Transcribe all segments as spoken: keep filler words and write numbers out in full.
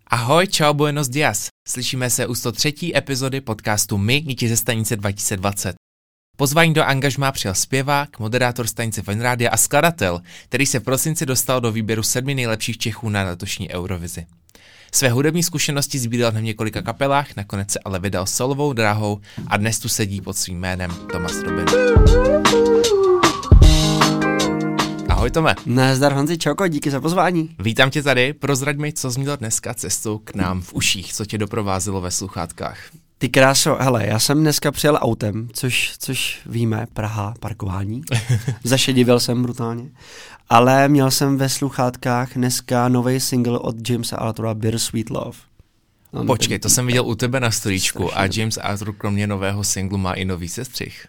Ahoj, čau, buenos dias. Slyšíme se u sto třetí epizody podcastu My, děti ze stanice dva tisíce dvacet. Pozvání do angažmá přijal zpěvák, moderátor stanice Fajn rádia a skladatel, který se v prosinci dostal do výběru sedmi nejlepších Čechů na letošní Eurovizi. Své hudební zkušenosti sbíral v několika kapelách, nakonec se ale vydal solovou dráhou a dnes tu sedí pod svým jménem Tomas Robin. Ahoj Tome. Nazdar Honzi, čauko, díky za pozvání. Vítám tě tady, prozraď mi, co jsi měl dneska cestou k nám v uších, co tě doprovázelo ve sluchátkách. Ty kráso, hele, já jsem dneska přijel autem, což, což víme, Praha, parkování, zašedivil jsem brutálně, ale měl jsem ve sluchátkách dneska nový single od Jamesa Arthura, Bittersweet Love. On Počkej, to jsem viděl u tebe na storíčku a James Arthur kromě nového singlu má i nový sestřih.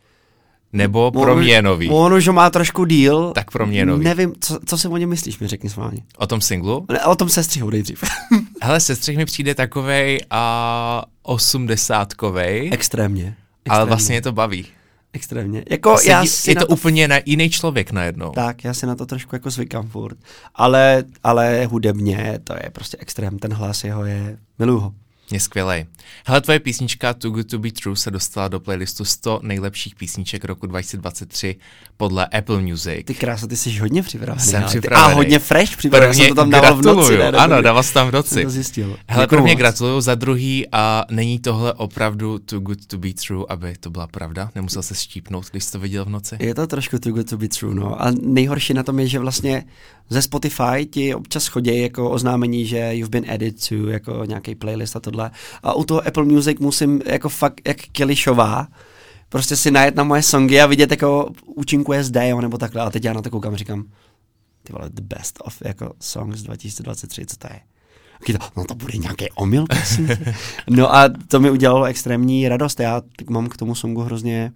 Nebo pro on, mě nový. On už má trošku díl. Tak pro mě nový. Nevím, co, co si o něm myslíš, mi řekni sválně. O tom singlu? Ne, o tom sestřihu nejdřív. Hele, sestřih mi přijde takovej a osmdesátkovej. Extrémně. Extrémně. Ale vlastně je to baví. Extrémně. Jako Sedí, já si je to, to úplně na jiný člověk najednou. Tak, já si na to trošku jako zvykám furt. Ale, ale hudebně to je prostě extrém. Ten hlas jeho je, miluju ho. Je skvělej. Hele, tvoje písnička Too Good To Be True se dostala do playlistu sto nejlepších písniček roku dva tisíce dvacet tři podle Apple Music. Ty krása, ty jsi hodně připravený. Jsem připravený. A hodně fresh připravený. Prvně jsem to tam dával v noci. Ne, ano, dával jsem tam v noci. To zjistil. Hele, prvně gratuluju, za druhý a není tohle opravdu Too Good To Be True, aby to byla pravda? Nemusel se štípnout, když jsi to viděl v noci? Je to trošku Too Good To Be True, no. A nejhorší na tom je, že vlastně ze Spotify ti občas chodí jako oznámení, že you've been added to jako nějaký playlist a tohle. A u toho Apple Music musím jako fakt jak Kelišová prostě si najet na moje songy a vidět jako účinkuje zde, jo, nebo takhle. A teď já na to koukám a říkám, ty vole, the best of jako songs dva tisíce dvacet tři, co to je? To, no to bude nějaký omyl, prosím. No a to mi udělalo extrémní radost. Já mám k tomu songu hrozně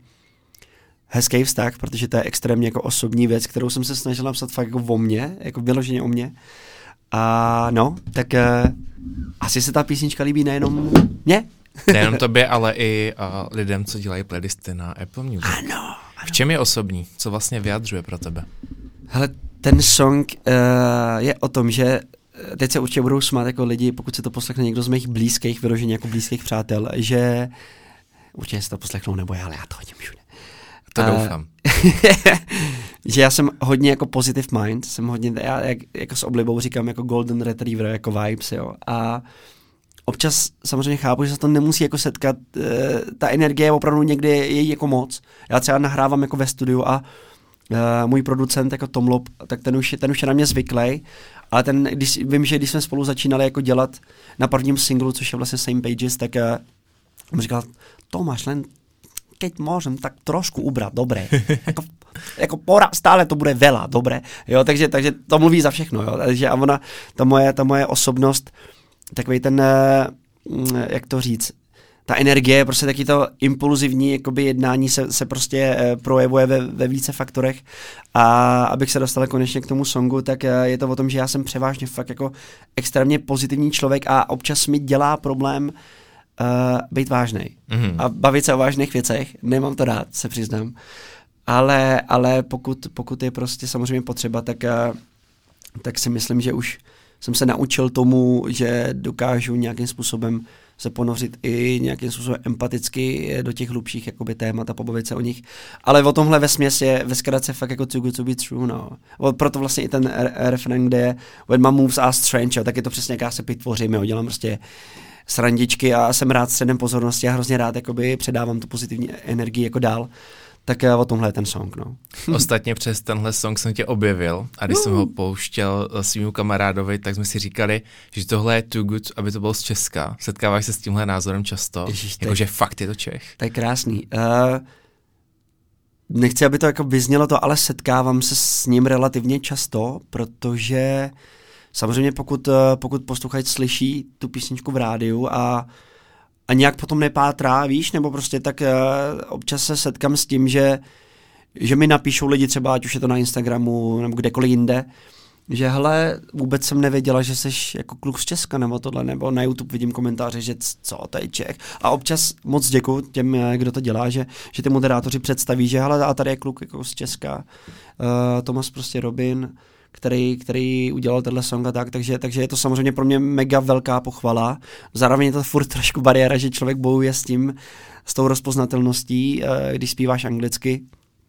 hezký vztah, protože to je extrémně jako osobní věc, kterou jsem se snažil napsat fakt jako o mně, jako vyloženě o mně. A no, tak uh, asi se ta písnička líbí nejenom mně. Nejenom tobě, ale i uh, lidem, co dělají playlisty na Apple Music. Ano, ano. V čem je osobní? Co vlastně vyjadřuje pro tebe? Hele, ten song uh, je o tom, že teď se určitě budou smát jako lidi, pokud se to poslechne někdo z mých blízkých, vyloženě jako blízkých přátel, že určitě se to poslechnou nebo já, ale já to hodím všude. To uh, doufám. Že já jsem hodně jako positive mind, jsem hodně, já jak, jako s oblibou říkám jako golden retriever, jako vibes, jo. A občas samozřejmě chápu, že se to nemusí jako setkat, e, ta energie je opravdu někdy je jako moc. Já třeba nahrávám jako ve studiu a e, můj producent jako Tom Lop, tak ten už, ten už je na mě zvyklý, ale ten, když, vím, že když jsme spolu začínali jako dělat na prvním singlu, což je vlastně Same Pages, tak e, on říkal, Tomáš, len keď môžem, tak trošku ubrat, dobré. Jako, jako pora, stále to bude veľa, dobré. Jo, takže, takže to mluví za všechno, jo. Takže a ona, ta moje, ta moje osobnost, takový ten, jak to říct, ta energie, prostě taky to impulzivní jakoby jednání se, se prostě projevuje ve, ve více faktorech. A abych se dostal konečně k tomu songu, tak je to o tom, že já jsem převážně fakt jako extrémně pozitivní člověk a občas mi dělá problém Uh, být vážnej mm-hmm. a bavit se o vážných věcech, nemám to rád, se přiznám, ale, ale pokud, pokud je prostě samozřejmě potřeba, tak, uh, tak si myslím, že už jsem se naučil tomu, že dokážu nějakým způsobem se ponořit i nějakým způsobem empaticky do těch hlubších jakoby témat a pobavit se o nich, ale o tomhle vesměs je ve zkratce fakt jako Too Good To Be True, no. Proto vlastně i ten re- refrén, kde je When my moves are strange, jo, tak je to přesně jak já se pitvořím, jo, dělám prostě srandičky a jsem rád středem pozornosti a hrozně rád jakoby předávám tu pozitivní energii jako dál. Tak o tomhle je ten song, no. Ostatně přes tenhle song jsem tě objevil a když uh. jsem ho pouštěl svýmu kamarádovi, tak jsme si říkali, že tohle je too good, aby to bylo z Česka. Setkáváš se s tímhle názorem často? Jakože fakt je to Čech. To je krásný. Uh, nechci, aby to jako vyznělo to, ale setkávám se s ním relativně často, protože samozřejmě pokud, pokud posluchač slyší tu písničku v rádiu a, a nějak potom nepátrá, víš, nebo prostě tak uh, občas se setkám s tím, že, že mi napíšou lidi třeba, ať už je to na Instagramu nebo kdekoliv jinde, že hele, vůbec jsem nevěděla, že jsi jako kluk z Česka nebo tohle, nebo na YouTube vidím komentáře, že co, to je Čech. A občas moc děkuju těm, kdo to dělá, že, že ty moderátoři představí, že hele, a tady je kluk jako z Česka, uh, Tomas prostě Robin, který, který udělal tenhle song a tak, takže, takže je to samozřejmě pro mě mega velká pochvala. Zároveň je to furt trošku bariéra, že člověk bojuje s tím, s tou rozpoznatelností, když zpíváš anglicky,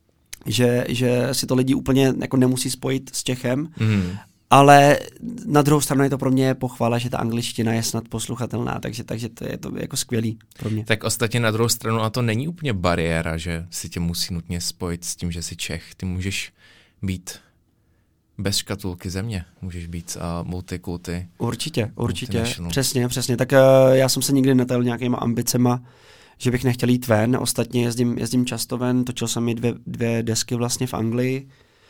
že, že si to lidi úplně jako nemusí spojit s Čechem, mm. ale na druhou stranu je to pro mě pochvala, že ta angličtina je snad posluchatelná, takže, takže to je to jako skvělý pro mě. Tak ostatně na druhou stranu, a to není úplně bariéra, že si tě musí nutně spojit s tím, že jsi Čech. Ty můžeš být bez škatulky země, můžeš být uh, multikulty. Určitě, určitě, přesně, přesně. Tak uh, já jsem se nikdy netajil nějakýma ambicema, že bych nechtěl jít ven, ostatně jezdím, jezdím často ven, točil jsem i dvě, dvě desky vlastně v Anglii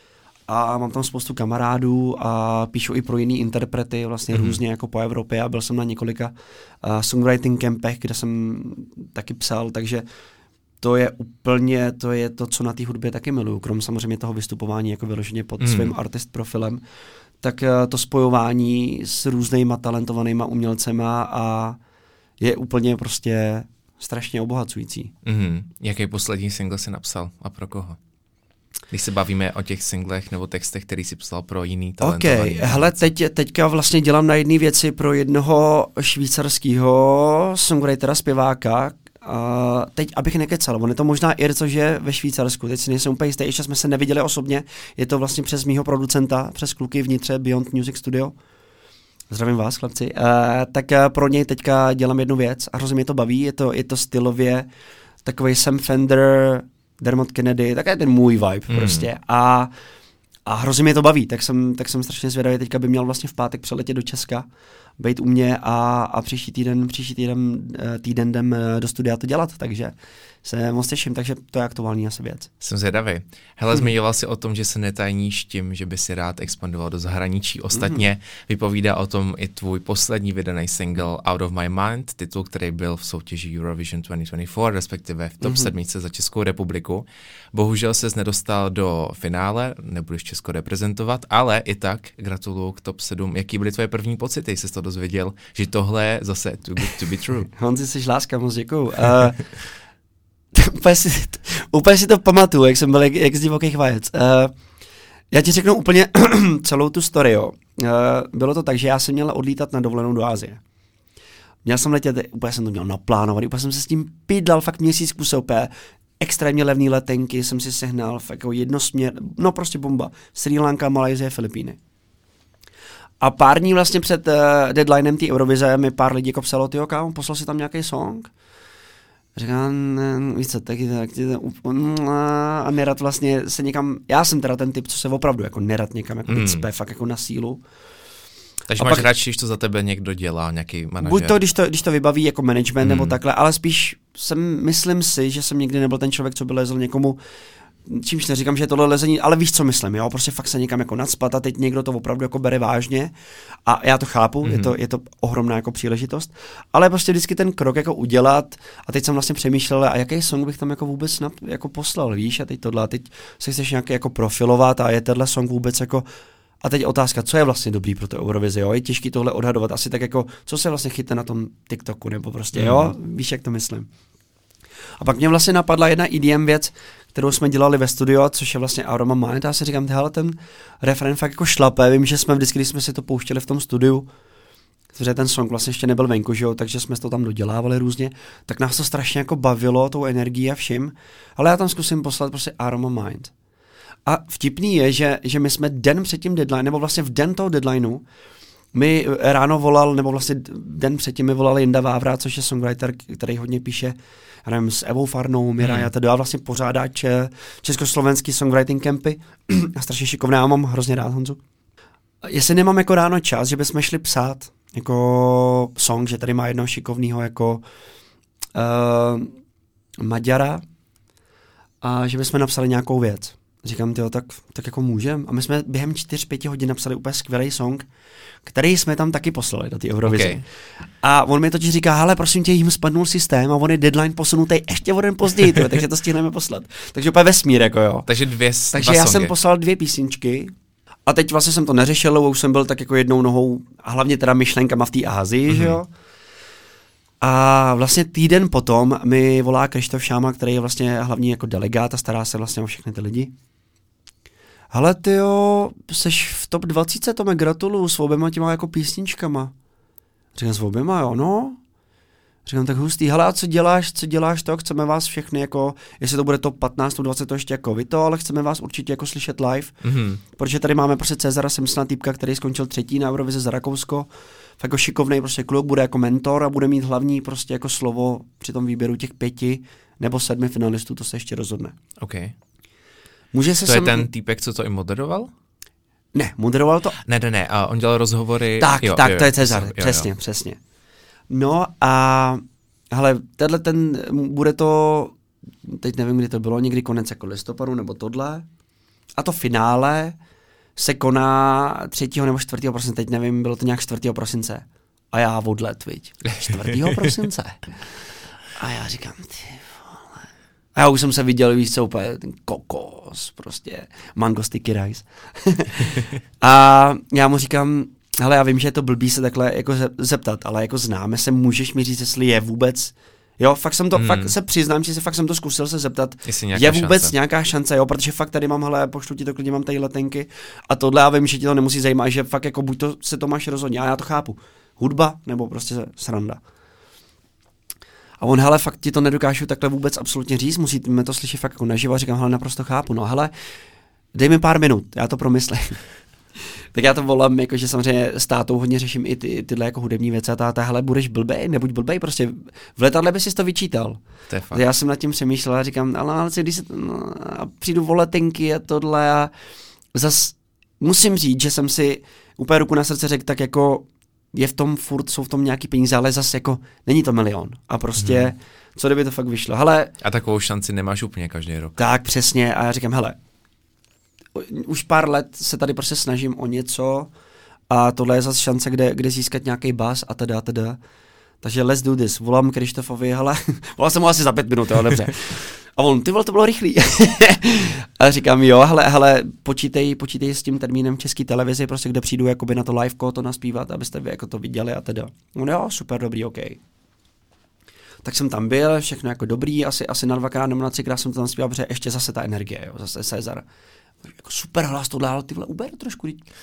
a mám tam spoustu kamarádů a píšu i pro jiný interprety vlastně mm-hmm. různě jako po Evropě a byl jsem na několika uh, songwriting campech, kde jsem taky psal, takže to je úplně, to je to, co na té hudbě taky miluju, krom samozřejmě toho vystupování jako vyloženě pod mm. svým artist profilem, tak uh, to spojování s různýma talentovanýma umělcema a je úplně prostě strašně obohacující. Mm-hmm. Jaký poslední single jsi napsal a pro koho? Když se bavíme o těch singlech nebo textech, který jsi psal pro jiný talentovaný. Ok, hele, teď, teďka vlastně dělám na jedné věci pro jednoho švýcarského songwritera, zpěváka. A teď, abych nekecal, on je to možná Ir, což je ve Švýcarsku, teď si nejsem úplně jistý, ještě jsme se neviděli osobně, je to vlastně přes mýho producenta, přes kluky vnitře Beyond Music Studio. Zdravím vás, chlapci. Uh, tak uh, pro něj teďka dělám jednu věc a hrozně mě to baví, je to, je to stylově takovej Sam Fender, Dermot Kennedy, tak je ten můj vibe mm. prostě a, a hrozně mě to baví, tak jsem, tak jsem strašně zvědavý, teďka by měl vlastně v pátek přeletět do Česka, být u mě a, a příští týden, příští týden, týden jdem do studia to dělat, takže se moc těším, takže to je aktuální asi věc. Jsem zvědavý. Hele, hmm. zmiňoval jsi o tom, že se netajníš tím, že by si rád expandoval do zahraničí. Ostatně hmm. vypovídá o tom i tvůj poslední vydaný single Out of My Mind, titul, který byl v soutěži Eurovision dvacet dvacet čtyři, respektive v top hmm. sedmičce za Českou republiku. Bohužel ses nedostal do finále, nebudeš Česko reprezentovat, ale i tak gratuluju k top sedm. Jaký byly tvoje první pocity, jsi to dozvěděl, že tohle je zase too good to be true? Honzi, jsi láska, moc děkuju. Uh, úplně, si, úplně si to pamatuju, jak jsem byl jak, jak z divokých vajec. Uh, já ti řeknu úplně celou tu story, jo. Uh, bylo to tak, že já jsem měl odlítat na dovolenou do Asie. Měl jsem letět, úplně jsem to měl naplánovat, úplně jsem se s tím pídlal fakt měsíc kusopé, extrémně levný letenky jsem si sehnal, fakt jako jednosměr, no prostě bomba. Srí Lanka, Malajsie, Filipíny. A pár dní vlastně před uh, deadlinem té Eurovize mi pár lidí jako psalo, tyjo, kámo, poslal si tam nějaký song? Říkám, víš co, taky tak, a nerad vlastně se někam, já jsem teda ten typ, co se opravdu jako nerad někam jako mm. cpe, fakt jako na sílu. Takže a máš pak, radši, když to za tebe někdo dělá, nějaký manažer? Buď to, když to, když to vybaví jako management mm. nebo takhle, ale spíš jsem, myslím si, že jsem nikdy nebyl ten člověk, co by lezl někomu, čímž neříkám, že je tohle lezení, ale víš, co myslím, jo, prostě fakt se někam jako nacpat a teď někdo to opravdu jako bere vážně a já to chápu, mm-hmm. je to, je to ohromná jako příležitost, ale prostě vždycky ten krok jako udělat a teď jsem vlastně přemýšlel, a jaký song bych tam jako vůbec nap, jako poslal, víš, a teď tohle, a teď se chceš nějaký jako profilovat a je tenhle song vůbec jako, a teď otázka, co je vlastně dobrý pro to Eurovizi, jo, je těžký tohle odhadovat, asi tak jako, co se vlastně chytne na tom TikToku, nebo prostě, mm-hmm. jo, víš, jak to myslím. A pak mě vlastně napadla jedna E D M věc, kterou jsme dělali ve studiu, což je vlastně Out of My Mind. A já si říkám, hele, ten refrén fakt jako šlape. Vím, že jsme vždycky, když jsme si to pouštěli v tom studiu, protože ten song vlastně ještě nebyl venku, že jo, takže jsme to tam dodělávali různě, tak nás to strašně jako bavilo, tou energií a vším. Ale já tam zkusím poslat prostě Out of My Mind. A vtipný je, že, že my jsme den před tím deadline, nebo vlastně v den toho deadlineu, mi ráno volal, nebo vlastně den předtím mi volal Jinda Vávra, což je songwriter, který hodně píše, já nevím, s Evou Farnou, Miraja, hmm. teda vlastně pořádá če, československý songwriting campy a strašně šikovný, já mám hrozně rád Honzu. Jestli nemám jako ráno čas, že bychom šli psát jako song, že tady má jednoho šikovného jako uh, Maďara a že bychom napsali nějakou věc. Říkám, tyjo, tak, tak jako můžem. A my jsme během čtyř pět hodin napsali úplně skvělý song, který jsme tam taky poslali do té Eurovize. Okay. A on mi totiž říká, hele, prosím tě, jim spadnul systém a on je deadline posunutý ještě o den později, tyjo, takže to stihneme poslat. Takže úplně vesmír, jako jo. Takže dvě Takže já songy. Jsem poslal dvě písničky a teď vlastně jsem to neřešil, už jsem byl tak jako jednou nohou a hlavně teda myšlenkama v té Ázii, mm-hmm. že jo. A vlastně týden potom mi volá Krištof Šáma, který je vlastně hlavní jako delegát a stará se vlastně o všechny ty lidi. hele tyjo, seš v top dvacet, Tome, gratuluju, s oběma těma jako písničkama. Říkám, s oběma, jo, no. Říkám, tak hustý, hele, a co děláš, co děláš to, chceme vás všechny jako, jestli to bude top patnáct, top dvacet, to ještě jako vy to, ale chceme vás určitě jako slyšet live, mm-hmm. protože tady máme prostě Cezara Simpsona, týpka, který skončil třetí na Eurovize za Rakousko, tak jako šikovnej prostě kluk, bude jako mentor a bude mít hlavní prostě jako slovo při tom výběru těch pěti nebo sedmi finalistů, to se ještě rozhodne. Okay. Může se to sem... je ten týpek, co to i moderoval? Ne, moderoval to. Ne, ne, ne, a on dělal rozhovory. Tak, jo, tak, jo, to je Cezar, jo, přesně, jo. přesně. No a hele, tenhle ten, bude to, teď nevím, kdy to bylo, někdy konec jako listopadu nebo tohle. A to finále se koná třetího nebo čtvrtého prosince, teď nevím, bylo to nějak čtvrtého prosince. A já odlet, viď. čtvrtého prosince. A já říkám, ty vole. A já už jsem se viděl, víš co, úplně ten kokos, prostě mango sticky rice. A já mu říkám, hele, já vím, že je to blbý se takhle jako zeptat, ale jako známe se, můžeš mi říct, jestli je vůbec, jo, fakt jsem to, hmm. fakt se přiznám, že si fakt jsem to zkusil se zeptat, je vůbec šance. Nějaká šance, jo, protože fakt tady mám, hele, pošlu ti to klidně, mám tady letenky a tohle, já vím, že ti to nemusí zajímat, že fakt jako buď to se to máš rozhodně, a já to chápu, hudba, nebo prostě sranda. A on, hele, fakt ti to nedokážu takhle vůbec absolutně říct, musíme to slyšet fakt jako naživo, a říkám, hele, naprosto chápu, no hele, dej mi pár minut, já to promyslím. Tak já to volám, jakože samozřejmě s tátou hodně řeším i ty, tyhle jako hudební věci a táta, hele, budeš blbej, nebuď blbej, prostě v letadle bys si to vyčítal. To je fakt. Já jsem nad tím přemýšlel a říkám, ale, ale když se, no, a přijdu o letenky a tohle a zas musím říct, že jsem si úplně ruku na srdce řekl, tak jako je v tom furt, jsou v tom nějaký peníze, ale zas jako není to milion a prostě, hmm. co kdyby to fakt vyšlo, hele. A takovou šanci nemáš úplně každý rok. Tak, přesně, a já říkám, hele, už pár let se tady prostě snažím o něco a tohle je zase šance, kde, kde získat nějaký buzz a teda, teda. Takže let's do this. Volám Krištofovi, hele, volal jsem mu asi za pět minut, jo, dobře. A on, ty vole, to bylo rychlý. A říkám, jo, hele, hele, počítej, počítej s tím termínem v České televizi, prostě kde přijdu jakoby na to liveko to naspívat, abyste vy jako to viděli a teda. On, jo, super, dobrý, OK. Tak jsem tam byl, všechno jako dobrý, asi, asi na dvakrát nebo na třikrát jsem to tam zpíval, protože ještě zase ta energie, jo, zase Cezar. Jako super hlas tohle, ale ty vole, uber trošku.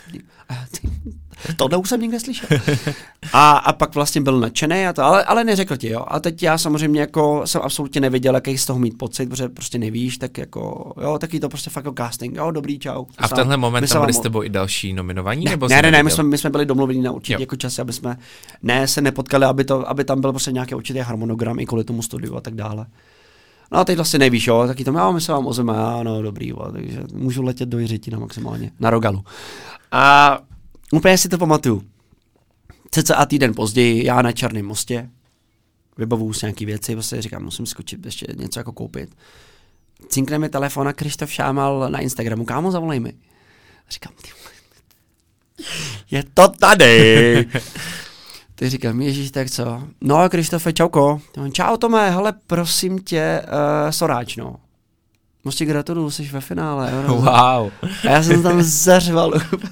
Tohle už jsem nikde slyšel. A, a pak vlastně byl nadšený, a to, ale, ale neřekl ti, jo. A teď já samozřejmě jako jsem absolutně nevěděl, jaký z toho mít pocit, protože prostě nevíš, tak jako, jo, taky to prostě fakt jako casting, jo, dobrý, čau. A v tenhle moment tam byli s tebou i další nominovaní? Ne, nebo ne, ne, ne, my jsme, my jsme byli domluveni na určitě jo. jako časy, aby jsme ne se nepotkali, aby, to, aby tam byl prostě nějaký určitý harmonogram i kvůli tomu studiu a tak dále. No a teď vlastně nevíš, jo, taky to já my se vám ozveme, ano, dobrý, jo, takže můžu letět do Jiřetina maximálně, na Rogalu. A úplně si to pamatuju. Cca týden později, já na Černém mostě, vybavuju si nějaký věci, prostě říkám, musím skočit ještě něco jako koupit. Cinkne mi telefon a Krištof Šámal na Instagramu, kámo, zavolej mi. Říkám, ty je to tady. Ty říkám, ježíš, tak co? No, Krištofe, čauko. Čau, Tome, hele, prosím tě, uh, Soráč, no. Moc ti gratuluju, jsi ve finále. Jo, wow. A já jsem tam zařval.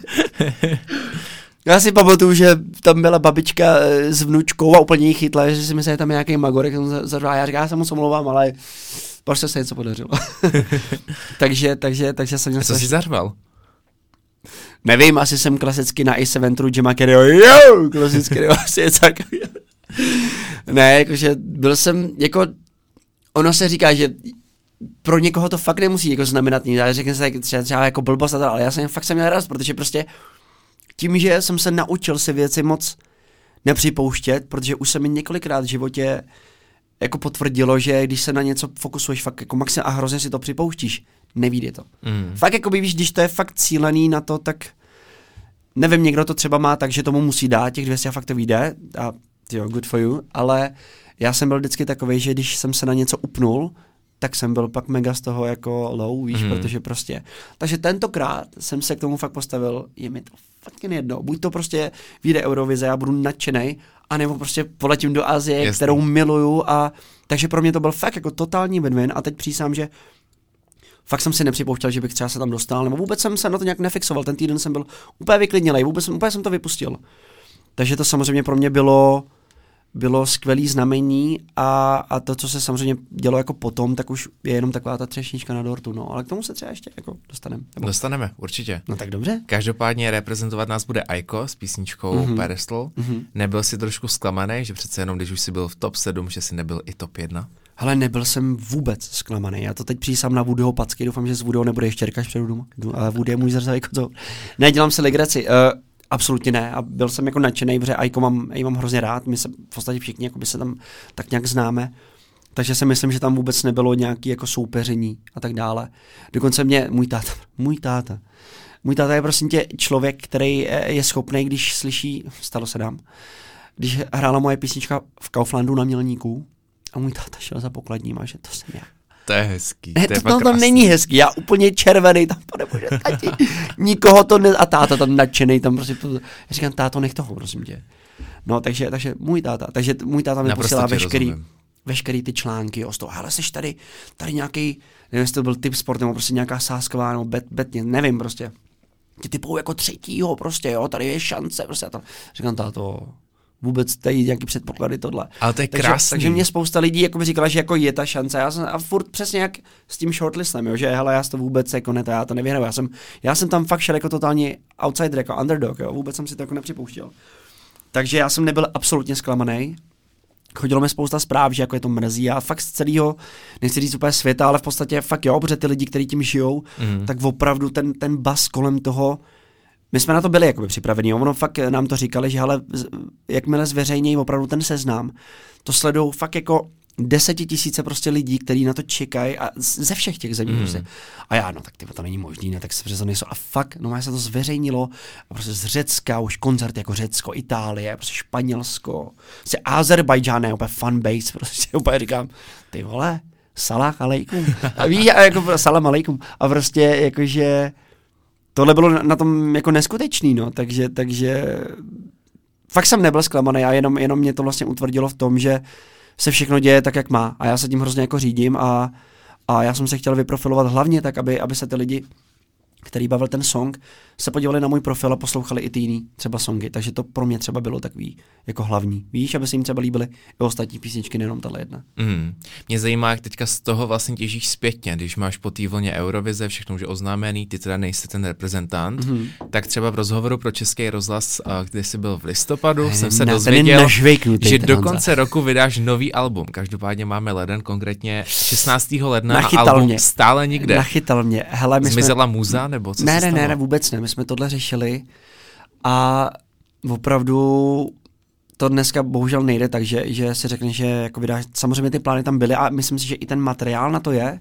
Já si pamatuju, že tam byla babička s vnučkou a úplně jí chytla, že si myslí, že tam je nějaký magorek, jsem zařval. A já říkám, já se moc omlouvám, ale prostě se něco podařilo. takže, takže, takže jsem... A co jsi zařval? Nevím, asi jsem klasicky na Ace Ventura Jima Carreyho, jo, klasicky, asi je tak. Ne, jakože byl jsem, jako, ono se říká, že pro někoho to fakt nemusí jako znamenat nic, ale řekne se třeba, třeba jako blbost a to, ale já jsem fakt jsem měl radost, protože prostě tím, že jsem se naučil si věci moc nepřipouštět, protože už se mi několikrát v životě jako potvrdilo, že když se na něco fokusuješ fakt jako maximálně a hrozně si to připouštíš, nevíde to. Mm. Fakt jako by víš, když to je fakt cílený na to, tak nevím, někdo to třeba má tak, že tomu musí dát těch dvě stě a fakt to vyjde a jo, good for you, ale já jsem byl vždycky takovej, že když jsem se na něco upnul, tak jsem byl pak mega z toho jako low, víš, mm. protože prostě. Takže tentokrát jsem se k tomu fakt postavil, je mi to fakt jen jedno, buď to prostě vyjde Eurovize, já budu nadšenej, anebo prostě poletím do Asie, Jasný. kterou miluju a takže pro mě to byl fakt jako totální win-win a teď přísám, že fakt jsem si nepřipouštěl, že bych třeba se tam dostal, nebo vůbec jsem se na to nějak nefixoval, ten týden jsem byl úplně vyklidnělej, vůbec úplně jsem to vypustil. Takže to samozřejmě pro mě bylo bylo skvělý znamení a, a to, co se samozřejmě dělo jako potom, tak už je jenom taková ta třešnička na dortu, no, ale k tomu se třeba ještě jako dostaneme. Nebo... Dostaneme, určitě. No tak dobře. Každopádně reprezentovat nás bude Aiko s písničkou mm-hmm. Pedestal. Mm-hmm. Nebyl jsi trošku zklamaný, že přece jenom, když už jsi byl v top sedm, že jsi nebyl i top jedna? Hele, nebyl jsem vůbec zklamaný. Já to teď přísám na Woodyho packy, doufám, že z Woodyho nebude ještě čerkaš před doma. Ale Woody je můj zrzavý kocour. Ne, dělám si legraci. Uh, absolutně ne. A byl jsem jako nadšenej, protože Aiko mám, jí mám hrozně rád. My se v podstatě všichni jako by se tam tak nějak známe. Takže si myslím, že tam vůbec nebylo nějaké jako soupeření a tak dále. Dokonce mě můj táta, můj táta, můj táta je prosím tě člověk, který je schopný, když slyší, stalo se nám, když hrála moje písnička v Kauflandu na Mělníku, a můj táta šel za pokladním a že to jsem já. To je hezký. Ne, to, je to, to, to není hezký, já úplně červený, tam to nemůže tati. Nikoho to ne... A táta tam nadšenej, tam prostě... Já říkám, táto, nech toho, prosím tě. No, takže, takže můj táta, takže můj táta mi posílá veškerý, veškerý ty články o z toho, hele, seš tady, tady nějaký, nevím, jestli to byl tip sport, nebo prostě nějaká sázková, nebo bet, bet, nevím, prostě. Ty typou jako třetího, prostě, jo, tady je šance, prostě. Tam. Říkám, táto... vůbec tady nějaký předpoklady tohle. Ale to je takže, krásný. Takže mě spousta lidí jako by říkala, že jako je ta šance. Já jsem a furt přesně jak s tím shortlistem, jo, že hele, já to vůbec jako ne, já to nevěřím. Já jsem, já jsem tam fakt šel jako totální outsider, jako underdog, jo, vůbec jsem si to jako nepřipouštěl. Takže já jsem nebyl absolutně zklamaný. Chodilo mi spousta zpráv, že jako je to mrzí a fakt z celého, nechci říct úplně světa, ale v podstatě fakt jo, protože ty lidi, kteří tím žijou, mm. tak opravdu ten, ten buzz kolem toho. My jsme na to byli jakoby připravení, ono fakt nám to říkali, že ale jakmile zveřejnějí opravdu ten seznam, to sledují fakt jako desetitisíce prostě lidí, kteří na to čekají a ze všech těch zemí. Mm. Prostě. A já, no tak ty, to není možný, ne, tak se přece nejsou. A fakt, no se to zveřejnilo a prostě z Řecka, už koncert jako Řecko, Itálie, prostě Španělsko, prostě Azerbajdžán, ne, úplně fanbase, prostě úplně říkám, ty vole, salah alejkum. A víš, a jako salam alejkum. A prostě jakože tohle bylo na tom jako neskutečný, no, takže, takže fakt jsem nebyl zklamaný a jenom, jenom mě to vlastně utvrdilo v tom, že se všechno děje tak, jak má a já se tím hrozně jako řídím a, a já jsem se chtěl vyprofilovat hlavně tak, aby, aby se ty lidi, který bavil ten song, se podívali na můj profil a poslouchali i ty jiný třeba songy, takže to pro mě třeba bylo takový jako hlavní. Víš, aby se jim třeba líbily i ostatní písničky, nejenom tahle jedna. Mm. Mě zajímá, jak teďka z toho vlastně těžíš zpětně, když máš po té vlně Eurovize všechno už oznámený, ty teda nejsi ten reprezentant, mm. tak třeba v rozhovoru pro Český rozhlas, kde jsi byl v listopadu, ne, jsem se na, dozvěděl, že do konce roku vydáš nový album. Každopádně máme leden, konkrétně šestnáctého ledna Nachytal a album mě. Stále nikde. Nachytal mě. Hele, my Zmizela jsme... muza, nebo co ne, se ne, stalo? Ne, ne, vůbec ne. My jsme tohle řešili a opravdu to dneska bohužel nejde, takže že si řekne, že jako vydáš, samozřejmě ty plány tam byly a myslím si, že i ten materiál na to je,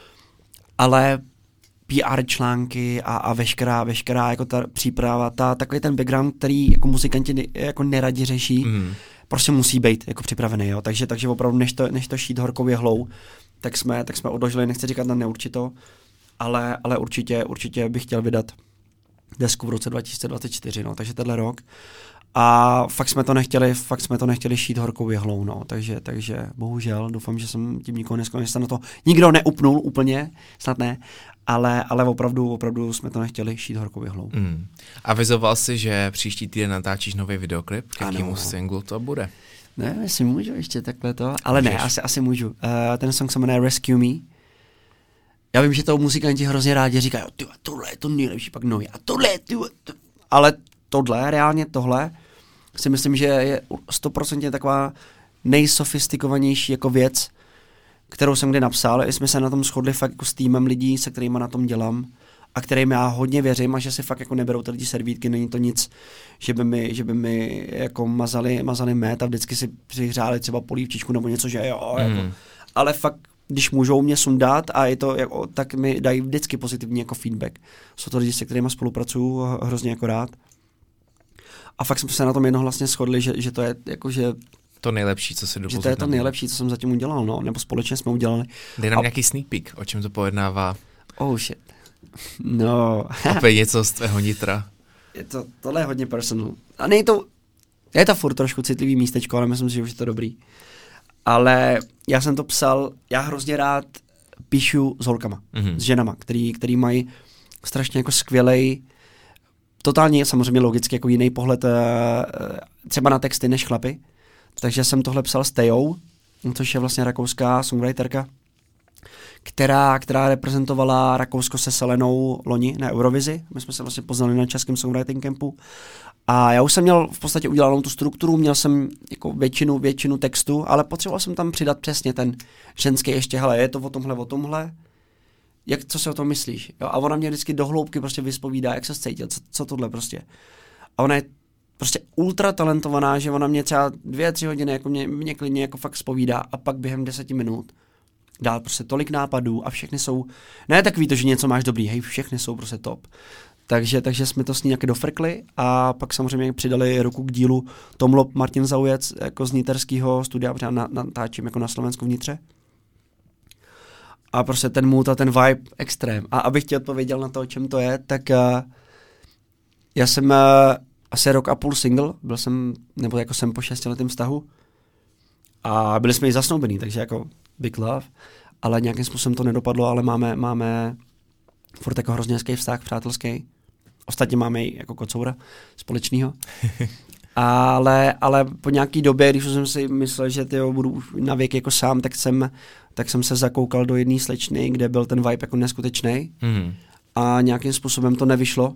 ale P R články a, a veškerá, veškerá jako ta příprava, ta, takový ten background, který jako muzikanti jako neradi řeší, mm. prostě musí být jako připravený, jo. Takže, takže opravdu než to, než to šít horkou jehlou, tak jsme, tak jsme odložili, nechci říkat na neurčito, ale, ale určitě, určitě bych chtěl vydat desku v roce dva tisíce dvacet čtyři, no, takže tenhle rok. A fakt jsme to nechtěli, fakt jsme to nechtěli šít horkou jehlou, no, takže, takže bohužel, doufám, že jsem tím nikoho neskončil, že se na to nikdo neupnul úplně, snad ne, ale, ale opravdu, opravdu jsme to nechtěli šít horkou jehlou. Mm. Avizoval jsi, že příští týden natáčíš nový videoklip, k jakému singlu to bude? Ne, jestli můžu ještě takhle to, ale Můžeš. ne, asi, asi můžu. Uh, ten song se jmenuje Rescue Me. Já vím, že to muzikanti hrozně rádi říkají, ty, tohle je to nejlepší, pak nový, a tohle je, ty, to... ale tohle, reálně tohle, si myslím, že je sto procent taková nejsofistikovanější jako věc, kterou jsem kdy napsal. I jsme se na tom shodli fakt jako s týmem lidí, se kterými na tom dělám a kterým já hodně věřím a že si fakt jako neberou ty lidi servítky, není to nic, že by mi, že by mi jako mazali, mazali mét a vždycky si přihřáli třeba polívčičku nebo něco, že jo, mm. jako, ale fakt když můžou mě sundat a je to jako, tak mi dají vždycky pozitivní jako feedback. Jsou to lidi, se kterými spolupracuju hrozně jako rád. A fakt jsme se na tom jednohlasně shodli, že, že to je jako, že to nejlepší, co se doposud. Že to je to nejlepší, co jsem zatím udělal, no, nebo společně jsme udělali. Dej nám a... nějaký sneak peek, o čem to pojednává. Oh shit. No. Opět něco z tvého nitra. Je to, tohle je hodně personal. A nej to, je to furt trošku citlivý místečko, ale myslím si, že už je to dobrý. Ale já jsem to psal, já hrozně rád píšu s holkama, mm-hmm. s ženama, který, který mají strašně jako skvělej, totálně samozřejmě logicky jako jiný pohled třeba na texty než chlapy, takže jsem tohle psal s Tejou, což je vlastně rakouská songwriterka, která, která reprezentovala Rakousko se Selenou loni na Eurovizi. My jsme se vlastně poznali na českém songwriting campu. A já už jsem měl v podstatě udělanou tu strukturu, měl jsem jako většinu, většinu textu, ale potřeboval jsem tam přidat přesně ten ženský ještě, hele, je to o tomhle, o tomhle, jak, co si o tom myslíš? Jo? A ona mě vždycky do hloubky prostě vyspovídá, jak se cítil, co, co tohle prostě. A ona je prostě ultra talentovaná, že ona mě třeba dvě, tři hodiny jako mě, mě klidně jako fakt spovídá a pak během deseti minut dá prostě tolik nápadů a všechny jsou, ne takový to, že něco máš dobrý, hej, všechny jsou prostě top. Takže, takže jsme to s ní nějaké dofrkli a pak samozřejmě přidali ruku k dílu Tom Lob, Martin Zaujec jako z niterského studia, protože na, natáčím jako na Slovensku vnitře. A prostě ten mood a ten vibe extrém. A abych ti odpověděl na to, o čem to je, tak uh, já jsem uh, asi rok a půl single, byl jsem, nebo jako jsem po šestiletém vztahu a byli jsme i zasnoubený, takže jako big love, ale nějakým způsobem to nedopadlo, ale máme, máme furt jako hrozně hezký vztah, přátelský. Ostatně máme i jako kocoura společného. ale, ale po nějaký době, když jsem si myslel, že tyjo, budu už na věk jako sám, tak jsem, tak jsem se zakoukal do jedné slečny, kde byl ten vibe jako neskutečný. Mm. A nějakým způsobem to nevyšlo.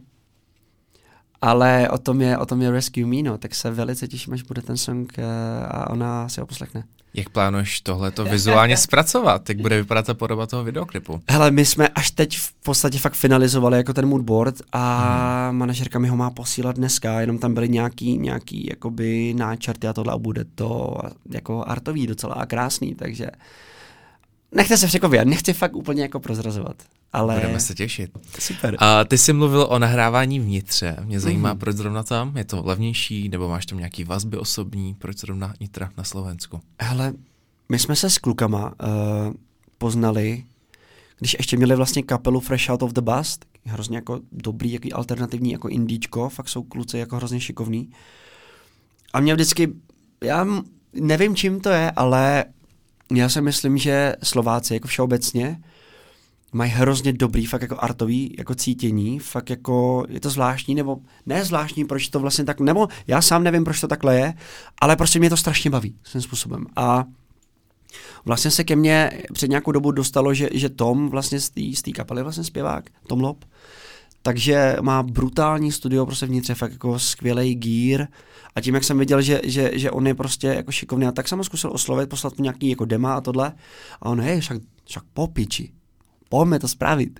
Ale o tom je, o tom je Rescue Me, no, tak se velice těším, až bude ten song a ona si ho poslechne. Jak plánuješ tohleto vizuálně zpracovat? Jak bude vypadat ta podoba toho videoklipu? Hele, my jsme až teď v podstatě fakt finalizovali jako ten moodboard a hmm. manažerka mi ho má posílat dneska, jenom tam byly nějaký, nějaký jakoby náčrty a tohle a bude to jako artový docela a krásný, takže nechte se překvapit, nechci fakt úplně jako prozrazovat. Ale... Budeme se těšit. Super. A ty jsi mluvil o nahrávání vnitře. Mě zajímá, mm. proč zrovna tam? Je to levnější, nebo máš tam nějaký vazby osobní? Proč zrovna Nitra na Slovensku? Hele, my jsme se s klukama uh, poznali, když ještě měli vlastně kapelu Fresh Out of the Bus, hrozně jako dobrý, jaký alternativní jako indíčko, fakt jsou kluci jako hrozně šikovní. A mě vždycky, já nevím, čím to je, ale já si myslím, že Slováci jako všeobecně mají hrozně dobrý, fakt jako artový jako cítění, fakt jako je to zvláštní, nebo ne zvláštní, proč to vlastně tak, nebo já sám nevím, proč to takhle je, ale prostě mě to strašně baví svým způsobem. A vlastně se ke mně před nějakou dobu dostalo, že, že Tom vlastně z té kapely vlastně zpěvák, Tom Lob, takže má brutální studio prostě vnitře, fakt jako skvělej gear a tím, jak jsem viděl, že, že, že on je prostě jako šikovný, a tak jsem ho zkusil oslovit, poslat mu nějaký jako dema a tohle a on, hej, však, však po piči. Pojďme to spravit.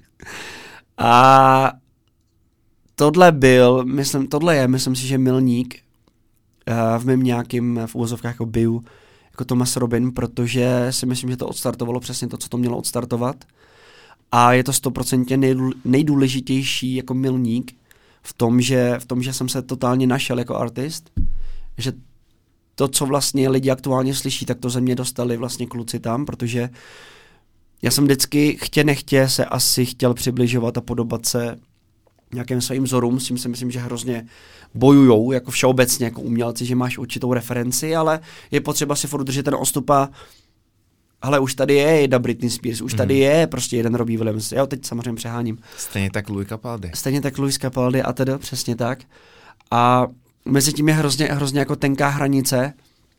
A tohle byl, myslím, tohle je, myslím si, že milník uh, v mém nějakým, v uvozovkách jako biu, jako Thomas Robin, protože si myslím, že to odstartovalo přesně to, co to mělo odstartovat. A je to stoprocentně nejdůležitější jako milník v tom, že, v tom, že jsem se totálně našel jako artist, že to, co vlastně lidi aktuálně slyší, tak to ze mě dostali vlastně kluci tam, protože já jsem vždycky chtě nechtě se asi chtěl přibližovat a podobat se nějakým svým vzorům, s tím si myslím, že hrozně bojujou, jako všeobecně, jako umělci, že máš určitou referenci, ale je potřeba si furt držet ten odstup a hele, už tady je jedna Britney Spears, už tady mm. je prostě jeden Robbie Williams, já teď samozřejmě přeháním. Stejně tak Louis Capaldi. Stejně tak Louis Capaldi a tedy, přesně tak. A mezi tím je hrozně, hrozně jako tenká hranice.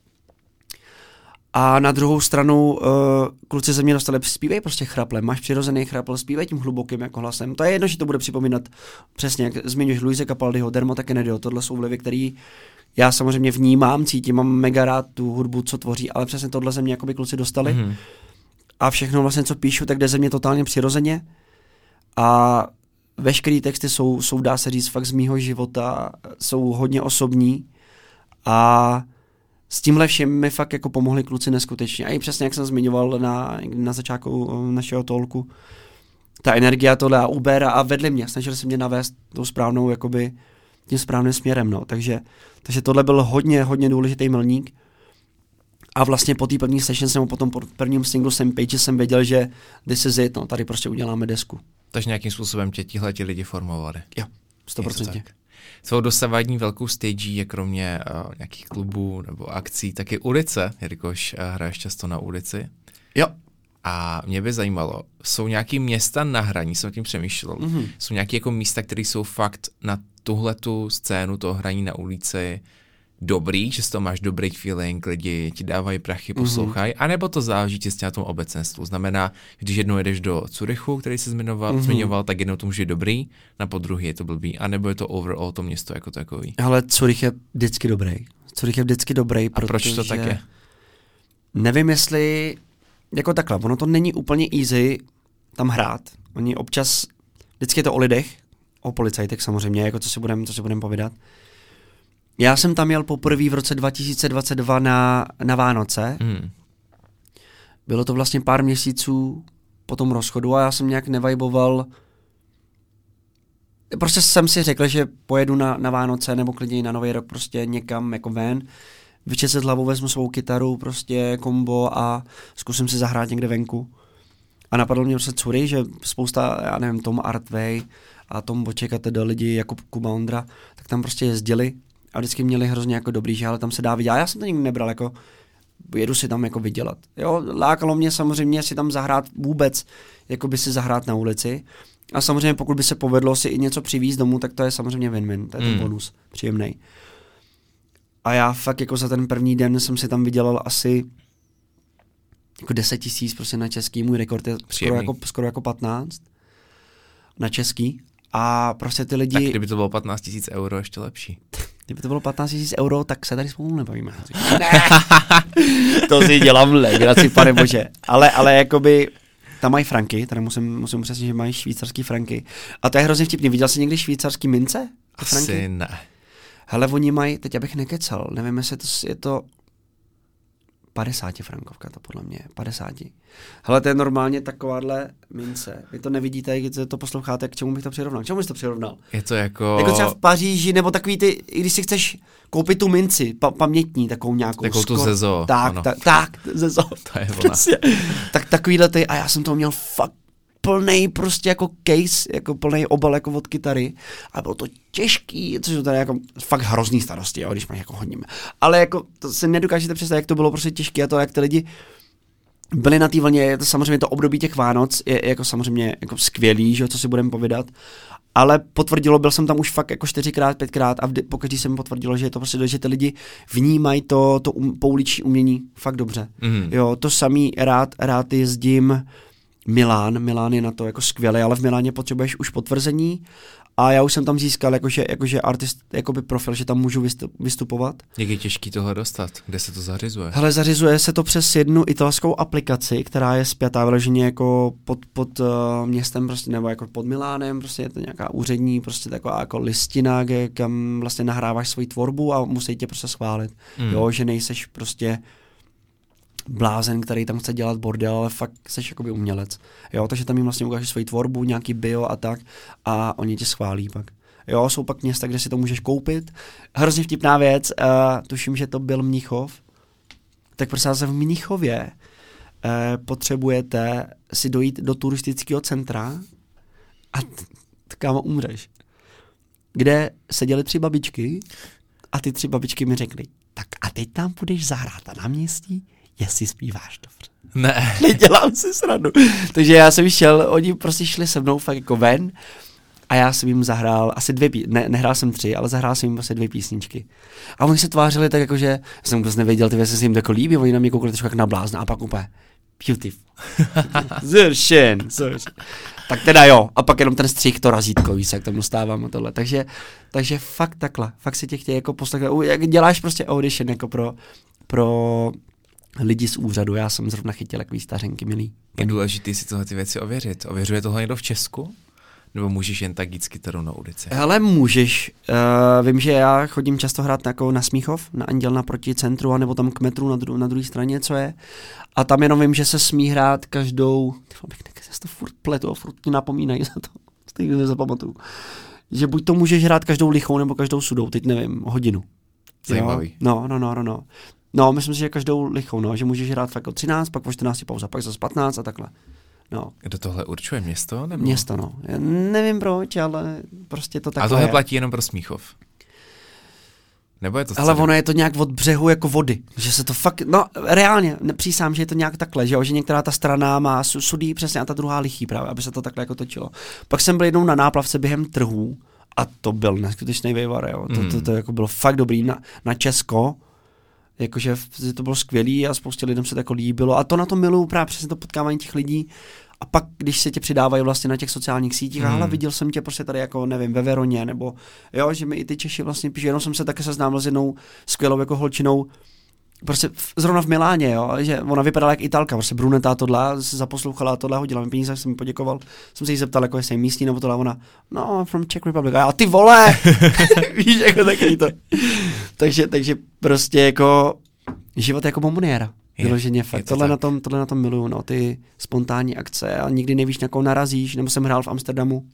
A na druhou stranu uh, kluci ze mě dostali, zpívej prostě chraple, máš přirozený chrapl, zpívej tím hlubokým jako hlasem. To je jedno, že to bude připomínat přesně, jak zmiňuješ Louise Capaldiho, Dermota Kennedyho, tohle jsou vlivy, který já samozřejmě vnímám, cítím, mám mega rád tu hudbu, co tvoří, ale přesně tohle ze mě jakoby kluci dostali. Mm-hmm. A všechno vlastně, co píšu, tak jde ze mě totálně přirozeně. A veškerý texty jsou, jsou, dá se říct, fakt z mýho života, jsou hodně osobní a s tímhle všem mi fakt jako pomohli kluci neskutečně. A i přesně, jak jsem zmiňoval na, na začátku našeho talku, ta energie tohle a Uber a vedli mě, snažili se mě navést tou správnou, jakoby, tím správným směrem, no. Takže, takže tohle byl hodně, hodně důležitý milník. A vlastně po té první session jsem potom po prvním singlu Sam Page jsem věděl, že this is it, no, tady prostě uděláme desku. Takže nějakým způsobem tě tihleti lidi formovali. Jo, sto procent. Svou dosavadní velkou stage je kromě uh, nějakých klubů nebo akcí taky ulice, jelikož uh, hraješ často na ulici. Jo. A mě by zajímalo, jsou nějaký města na hraní, jsem tím přemýšlel, mm-hmm. jsou nějaké jako místa, které jsou fakt na tuhletu scénu toho hraní na ulici dobrý, že z toho máš dobrý feeling, lidi ti dávají prachy, poslouchají, mm-hmm. anebo to záleží čistě na tom obecenstvu. Znamená, když jednou jedeš do Curychu, který jsi zmiňoval, mm-hmm. zmiňoval, tak jednou to může být dobrý, na podruhý je to blbý, anebo je to overall to město jako takový. Ale Curych je vždycky dobrý. Curych je vždycky dobrý, protože... A proč to tak je? Nevím, jestli, jako takhle, ono to není úplně easy tam hrát. Oni občas, vždycky je to o lidech, o policajtech samozřejmě, jako co si budeme co si budem povídat. Já jsem tam jel poprvé v roce dva tisíce dvacet dva na, na Vánoce. Mm. Bylo to vlastně pár měsíců po tom rozchodu a já jsem nějak nevajboval. Prostě jsem si řekl, že pojedu na, na Vánoce nebo klidně na Nový rok prostě někam jako ven. Vyčeset hlavou, vezmu svou kytaru, prostě kombo a zkusím si zahrát někde venku. A napadl mě prostě Curych, že spousta, já nevím, Tom Artway a Tom Boček a teda lidi jako Kuba Ondra, tak tam prostě jezdili a vždycky měli hrozně jako dobrý, že ale tam se dá vidět. A já jsem to nikdy nebral, jako jedu si tam jako vydělat. Jo, lákalo mě samozřejmě si tam zahrát vůbec, jako by si zahrát na ulici. A samozřejmě pokud by se povedlo si i něco přivízt domů, tak to je samozřejmě win-win, to je ten mm. bonus, příjemnej. A já fakt jako za ten první den jsem si tam vydělal asi jako deset tisíc prostě na český, můj rekord je skoro jako, skoro jako patnáct na český. A prostě ty lidi... Tak kdyby to bylo patnáct tisíc euro, ještě lepší. Kdyby to bylo patnáct tisíc euro, tak se tady spolu nebavíme. Ne, to si dělám legraci, pane bože. Ale, ale jakoby, tam mají franky, tady musím, musím přesně, že mají švýcarský franky. A to je hrozně vtipný. Viděl jsi někdy švýcarský mince? Asi franky? Ne. Hele, oni mají, teď abych nekecal, nevím, jestli to, je to padesát frankovka, to podle mě, padesát. Hele, to je normálně takováhle mince. Vy to nevidíte, když to posloucháte, k čemu bych to přirovnal? K čemu bys to přirovnal? Je to jako... Jako třeba v Paříži, nebo takový ty, když si chceš koupit tu minci, pa- pamětní, takovou nějakou. Takovou tu ze zoo. Tak, tak, tak, ze zoo. To je ona. Tak takovýhle ty, a já jsem toho měl fakt plnej prostě jako case, jako plnej obal jako od kytary a bylo to těžký, což je tady jako fakt hrozný starosti, jo, když máš jako hodně. Ale jako to si nedokážete představit, jak to bylo prostě těžké a to, jak ty lidi byli na té vlně, je to samozřejmě to období těch Vánoc, je, je jako samozřejmě jako skvělý, že, co si budeme povídat, ale potvrdilo, byl jsem tam už fakt jako čtyřikrát, pětkrát a vždy, pokaždý se mi potvrdilo, že je to prostě, že ty lidi vnímají to, to um, pouliční umění fakt dobře. Mm. Jo, to samý rád, rád jezdím Milán, Milán je na to jako skvělý, ale v Miláně potřebuješ už potvrzení a já už jsem tam získal jakože, jakože artist, jakoby profil, že tam můžu vystupovat. Jak je těžký tohle dostat? Kde se to zařizuje? Hele, zařizuje se to přes jednu italskou aplikaci, která je spjatá vyloženě jako pod, pod uh, městem prostě, nebo jako pod Milánem, prostě je to nějaká úřední, prostě taková jako listina, kde, kam vlastně nahráváš svoji tvorbu a musí tě prostě schválit. Mm. Jo, že nejseš prostě blázen, který tam chce dělat bordel, ale fakt seš jakoby umělec. Jo, takže tam jim vlastně ukážeš svoji tvorbu, nějaký bio a tak a oni tě schválí pak. Jo, jsou pak města, kde si to můžeš koupit. Hrozně vtipná věc, uh, tuším, že to byl Mnichov. Tak prosím vás, v Mnichově uh, potřebujete si dojít do turistického centra a t- t- kámo umřeš. Kde seděly tři babičky a ty tři babičky mi řekly, tak a teď tam budeš zahrát a na městí, jestli zpíváš dobře. Ne. Nedělám si srandu. Takže já jsem šel, oni prostě šli se mnou fakt jako ven a já jsem jim zahrál asi dvě pí- ne, nehrál jsem tři, ale zahrál jsem jim prostě dvě písničky. A oni se tvářili tak jako, že jsem vůbec nevěděl, ty věci se jim jako líbí, oni na mě koukali trošku jak na blázna a pak úplně beautiful. Zršen. Tak teda jo, a pak jenom ten střih, to razítko, víc, jak tam dostávám a tohle. Takže, takže fakt takhle, fakt si tě chtějí jako poslechnout, jak děláš prostě audition jako pro, pro lidi z úřadu, já jsem zrovna chytil takový stařenky milý. Je důležité si tohle ty věci ověřit. Ověřuje tohle někdo v Česku? Nebo můžeš jen tak jít s kytarou na ulici? Hele, můžeš. Uh, vím, že já chodím často hrát jako na Smíchov, na Anděl naproti centru, anebo tam k metru na, dru- na druhé straně, co je. A tam jenom vím, že se smí hrát každou, abych se to furt pletu, furt ti napomínají za to, stejně nezapamatuju. Že buď to můžeš hrát každou lichou, nebo každou sudou, teď nevím, hodinu. Zajímavý. Jo? No, no, no, no, no. No, myslím si, že každou lichou, no, že můžeš hrát fakt o třináct, pak o čtrnácti pauza, pak zase patnáct a takhle. No. Kdo tohle určuje, město? Nebo? Město, no. Já nevím proč, ale prostě to takhle. A tohle je. platí jenom pro Smíchov? Nebo je to ale ono je to nějak od břehu jako vody, že se to fakt, no reálně, nepřísám, že je to nějak takhle, že, jo? Že některá ta strana má sudí přesně a ta druhá lichý právě, aby se to takhle jako točilo. Pak jsem byl jednou na náplavce během trhů A to byl neskutečný vývar, jo. To, to, to, to jako bylo fakt dobrý na, na Česko. Jakože to bylo skvělý a spoustě lidem se to jako líbilo. A to na to miluju právě přesně to potkávání těch lidí. A pak, když se tě přidávají vlastně na těch sociálních sítích, mm. ale viděl jsem tě prostě tady jako, nevím, ve Veroně, nebo jo, že mi i ty Češi vlastně píší, jenom jsem se také seznámil s jednou skvělou jako holčinou, prostě v, zrovna v Miláně, jo, že ona vypadala jak Italka, prostě brunetá tohle, se zaposlouchala tohle, hodila mi peníze, jsem mi poděkoval, jsem se jí zeptal, jako jestli je místní, nebo tohle, ona, no, from Czech Republic, a já, ty vole, víš, jako takový to. takže, takže prostě jako život jako bomboniéra. Vyloženě fakt. To tohle, na tom, tohle na tom miluju, no, ty spontánní akce a nikdy nevíš, na koho narazíš, nebo jsem hrál v Amsterdamu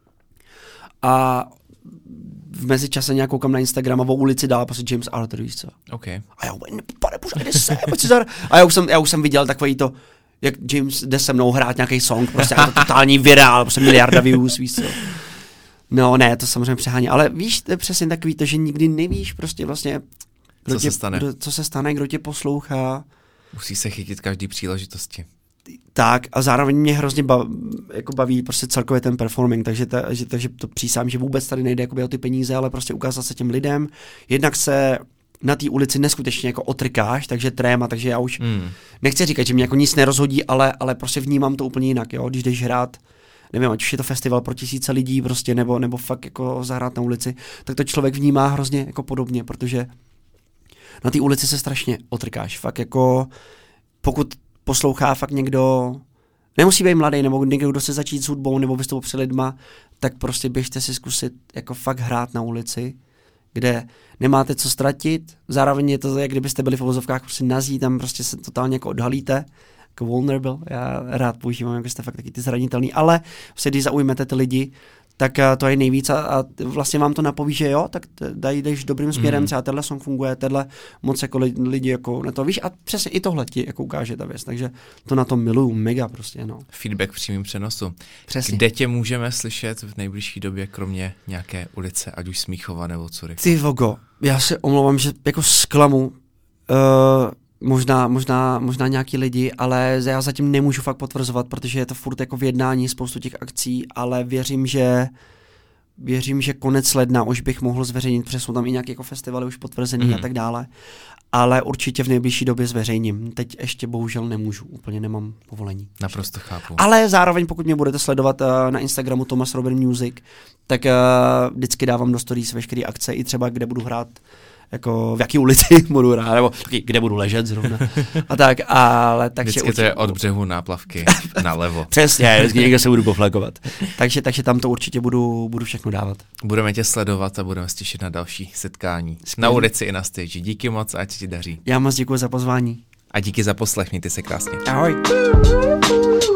a v mezičase nějak koukám na Instagram a o ulici dál prostě James Arthur, víš co? Okay. A já, pane bože, jde se, pojď si zar... A já už, jsem, já už jsem viděl takový to, jak James jde se mnou hrát nějaký song, prostě jako totální virál, prostě miliarda views, víš co? No ne, to samozřejmě přehání, ale víš, to je přesně takový to, že nikdy nevíš prostě vlastně, co tě, se stane. Kdo, co se stane, kdo tě poslouchá. Musí se chytit každý příležitosti. Tak a zároveň mě hrozně bav, jako baví prostě celkově ten performing, takže, ta, že, takže to přísám, že vůbec tady nejde jakoby o ty peníze, ale prostě ukázat se těm lidem. Jednak se na té ulici neskutečně jako otrkáš, takže tréma, takže já už mm. nechci říkat, že mě jako nic nerozhodí, ale, ale prostě vnímám to úplně jinak, jo, když jdeš hrát, nevím, ať už je to festival pro tisíce lidí prostě, nebo, nebo fakt jako zahrát na ulici, tak to člověk vnímá hrozně jako podobně, protože na té ulici se strašně otrkáš, fakt jako pokud poslouchá fakt někdo, nemusí být mladý, nebo někdo, kdo se začít s hudbou, nebo vystupovat před lidma, tak prostě běžte si zkusit jako fakt hrát na ulici, kde nemáte co ztratit, zároveň je to, jak kdybyste byli v uvozovkách prostě nazí, tam prostě se totálně jako odhalíte, jako vulnerable, já rád používám, jako jste fakt taky ty zranitelný, ale prostě když zaujmete ty lidi, tak to je nejvíc a, a vlastně vám to napoví, že jo, tak dají jdeš dobrým směrem, mm. třeba tenhle song funguje, tenhle moc jako lidi, lidi jako na to víš a přesně i tohle ti jako ukáže ta věc, takže to na to miluju mega prostě, no. Feedback v přímém přenosu. Přesně. Kde tě můžeme slyšet v nejbližší době, kromě nějaké ulice, ať už Smíchova nebo Curychu? Ty vogo, já se omlouvám, že jako zklamu, uh, Možná, možná, možná nějaký lidi, ale já zatím nemůžu fakt potvrzovat, protože je to furt jako v jednání spoustu těch akcí, ale věřím, že věřím, že konec ledna už bych mohl zveřejnit, protože jsou tam i nějaké jako festivaly už potvrzený mm. a tak dále, ale určitě v nejbližší době zveřejním. Teď ještě bohužel nemůžu, úplně nemám povolení. Naprosto chápu. Ale zároveň, pokud mě budete sledovat uh, na Instagramu Thomas Robin Music, tak uh, vždycky dávám do stories veškeré akce, i třeba kde budu hrát, jako v jaký ulici budu hrát, nebo kde budu ležet zrovna. A tak, ale takže vždycky to je od břehu náplavky nalevo. Přesně, vždycky někde se budu poflakovat. takže, takže tam to určitě budu, budu všechno dávat. Budeme tě sledovat a budeme se těšit na další setkání. Skvělý. Na ulici i na stage. Díky moc a ať ti daří. Já moc děkuji za pozvání. A díky za poslech, mějte se krásně. Ahoj.